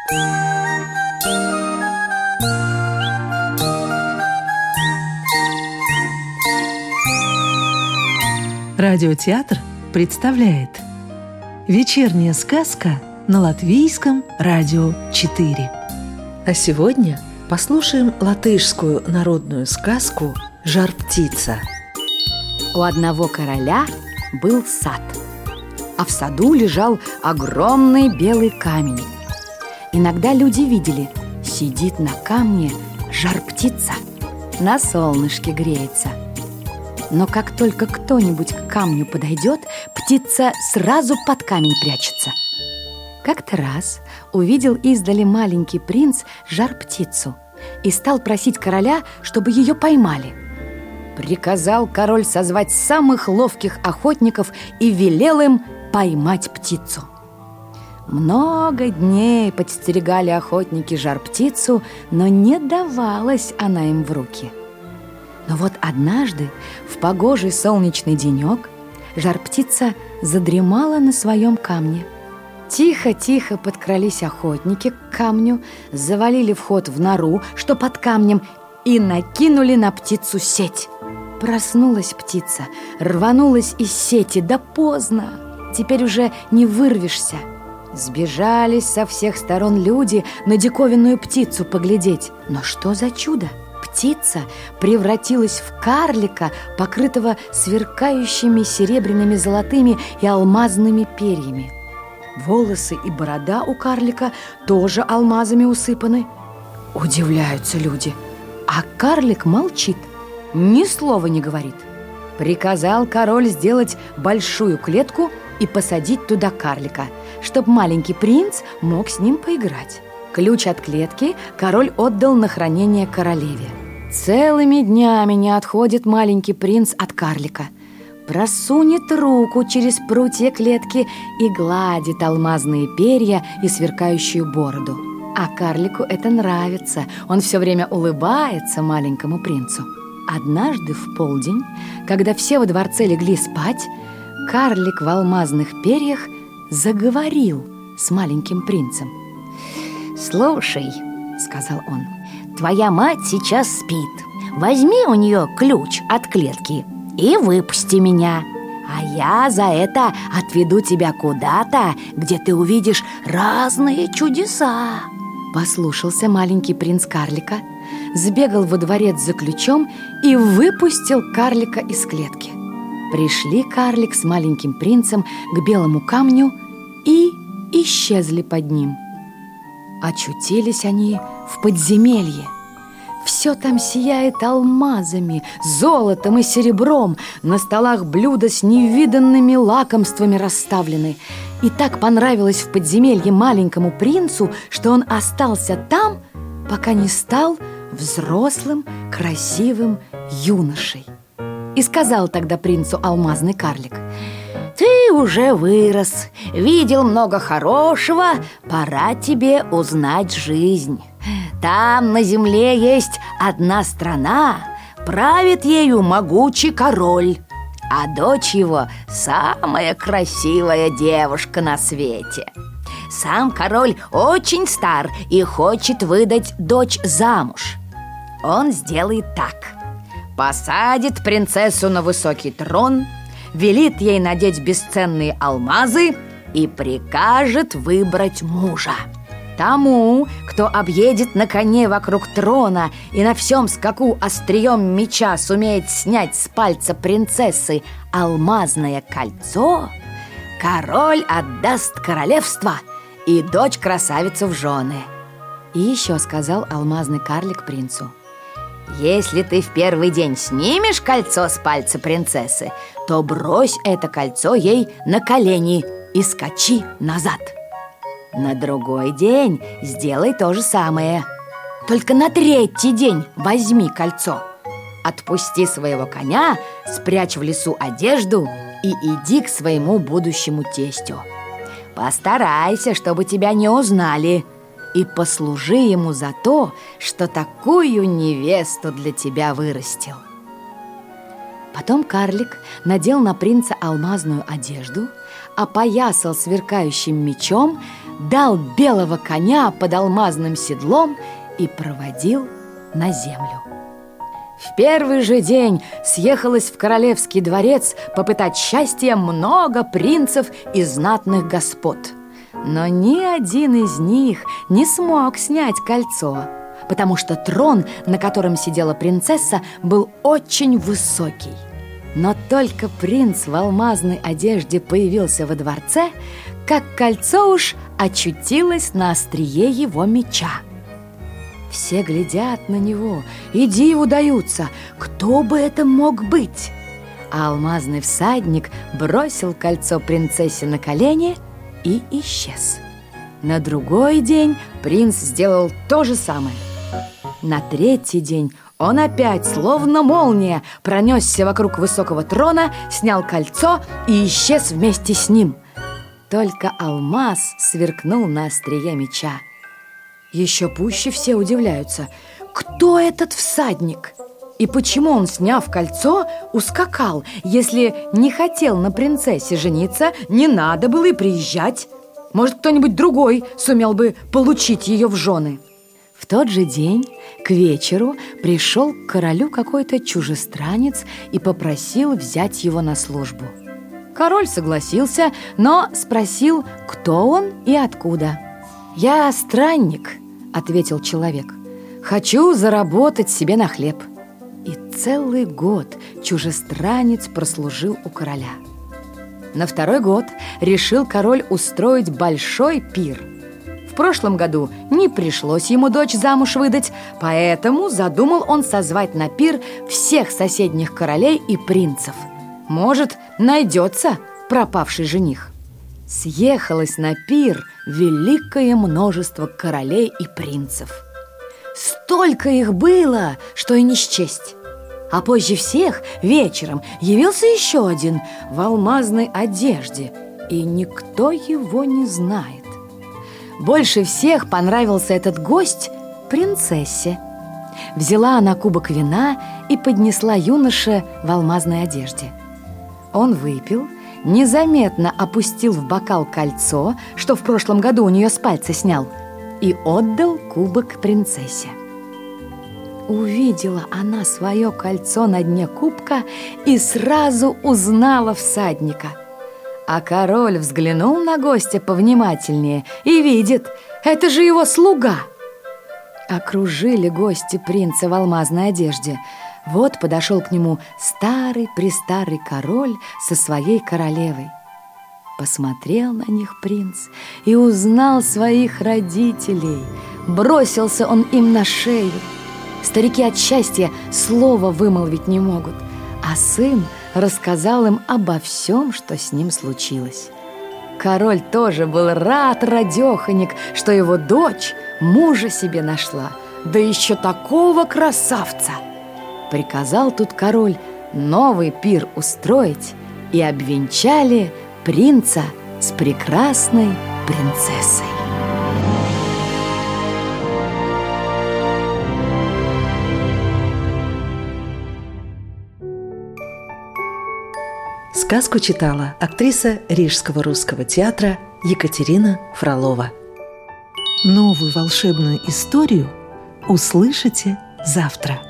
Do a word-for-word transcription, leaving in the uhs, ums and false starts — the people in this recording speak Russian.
Радиотеатр представляет «Вечерняя сказка» на Латвийском радио четыре. А сегодня послушаем латышскую народную сказку «Жар-птица». У одного короля был сад, а в саду лежал огромный белый камень. Иногда люди видели, сидит на камне жар-птица, на солнышке греется. Но как только кто-нибудь к камню подойдет, птица сразу под камень прячется. Как-то раз увидел издали маленький принц жар-птицу и стал просить короля, чтобы ее поймали. Приказал король созвать самых ловких охотников и велел им поймать птицу. Много дней подстерегали охотники жар-птицу, но не давалась она им в руки. Но вот однажды, в погожий солнечный денек, жар-птица задремала на своем камне. Тихо-тихо подкрались охотники к камню, завалили вход в нору, что под камнем, и накинули на птицу сеть. Проснулась птица, рванулась из сети, да поздно, теперь уже не вырвешься. Сбежались со всех сторон люди на диковинную птицу поглядеть. Но что за чудо? Птица превратилась в карлика, покрытого сверкающими серебряными, золотыми и алмазными перьями. Волосы и борода у карлика тоже алмазами усыпаны. Удивляются люди, а карлик молчит, ни слова не говорит. Приказал король сделать большую клетку и посадить туда карлика, чтобы маленький принц мог с ним поиграть. Ключ от клетки король отдал на хранение королеве. Целыми днями не отходит маленький принц от карлика. Просунет руку через прутья клетки и гладит алмазные перья и сверкающую бороду. А карлику это нравится, он все время улыбается маленькому принцу. Однажды в полдень, когда все во дворце легли спать, карлик в алмазных перьях заговорил с маленьким принцем. «Слушай, — сказал он, — твоя мать сейчас спит. Возьми у нее ключ от клетки и выпусти меня, а я за это отведу тебя куда-то, где ты увидишь разные чудеса». Послушался маленький принц карлика, сбегал во дворец за ключом и выпустил карлика из клетки. Пришли карлик с маленьким принцем к белому камню и исчезли под ним. Очутились они в подземелье. Все там сияет алмазами, золотом и серебром. На столах блюда с невиданными лакомствами расставлены. И так понравилось в подземелье маленькому принцу, что он остался там, пока не стал взрослым, красивым юношей. И сказал тогда принцу алмазный карлик: «Ты уже вырос, видел много хорошего, пора тебе узнать жизнь. Там на земле есть одна страна, правит ею могучий король, а дочь его самая красивая девушка на свете. Сам король очень стар и хочет выдать дочь замуж. Он сделает так: посадит принцессу на высокий трон, велит ей надеть бесценные алмазы и прикажет выбрать мужа. Тому, кто объедет на коне вокруг трона и на всем скаку острием меча сумеет снять с пальца принцессы алмазное кольцо, король отдаст королевство и дочь красавицу в жены». И еще сказал алмазный карлик принцу: «Если ты в первый день снимешь кольцо с пальца принцессы, то брось это кольцо ей на колени и скачи назад. На другой день сделай то же самое. Только на третий день возьми кольцо, отпусти своего коня, спрячь в лесу одежду и иди к своему будущему тестю. Постарайся, чтобы тебя не узнали, и послужи ему за то, что такую невесту для тебя вырастил». Потом карлик надел на принца алмазную одежду, опоясал сверкающим мечом, дал белого коня под алмазным седлом и проводил на землю. В первый же день съехалось в королевский дворец попытать счастья много принцев и знатных господ. Но ни один из них не смог снять кольцо, потому что трон, на котором сидела принцесса, был очень высокий. Но только принц в алмазной одежде появился во дворце, как кольцо уж очутилось на острие его меча. Все глядят на него и диву даются, кто бы это мог быть. А алмазный всадник бросил кольцо принцессе на колени и исчез. На другой день принц сделал то же самое. На третий день он опять, словно молния, пронесся вокруг высокого трона, снял кольцо и исчез вместе с ним. Только алмаз сверкнул на острие меча. Еще пуще все удивляются, кто этот всадник и почему он, сняв кольцо, ускакал. Если не хотел на принцессе жениться, не надо было и приезжать. Может, кто-нибудь другой сумел бы получить ее в жены. В тот же день к вечеру пришел к королю какой-то чужестранец и попросил взять его на службу. Король согласился, но спросил, кто он и откуда. «Я странник», — ответил человек. «Хочу заработать себе на хлеб». И целый год чужестранец прослужил у короля. На второй год решил король устроить большой пир. В прошлом году не пришлось ему дочь замуж выдать, поэтому задумал он созвать на пир всех соседних королей и принцев. Может, найдется пропавший жених. Съехалось на пир великое множество королей и принцев. Столько их было, что и не счесть. А позже всех вечером явился еще один в алмазной одежде, и никто его не знает. Больше всех понравился этот гость принцессе. Взяла она кубок вина и поднесла юноше в алмазной одежде. Он выпил, незаметно опустил в бокал кольцо, что в прошлом году у нее с пальца снял, и отдал кубок принцессе. Увидела она свое кольцо на дне кубка и сразу узнала всадника. А король взглянул на гостя повнимательнее и видит, это же его слуга. Окружили гости принца в алмазной одежде. Вот подошел к нему старый-престарый король со своей королевой. Посмотрел на них принц и узнал своих родителей. Бросился он им на шею. Старики от счастья слова вымолвить не могут, а сын рассказал им обо всем, что с ним случилось. Король тоже был рад, радеханик, что его дочь мужа себе нашла, да еще такого красавца. Приказал тут король новый пир устроить, и обвенчали принца с прекрасной принцессой. Сказку читала актриса Рижского русского театра Екатерина Фролова. Новую волшебную историю услышите завтра.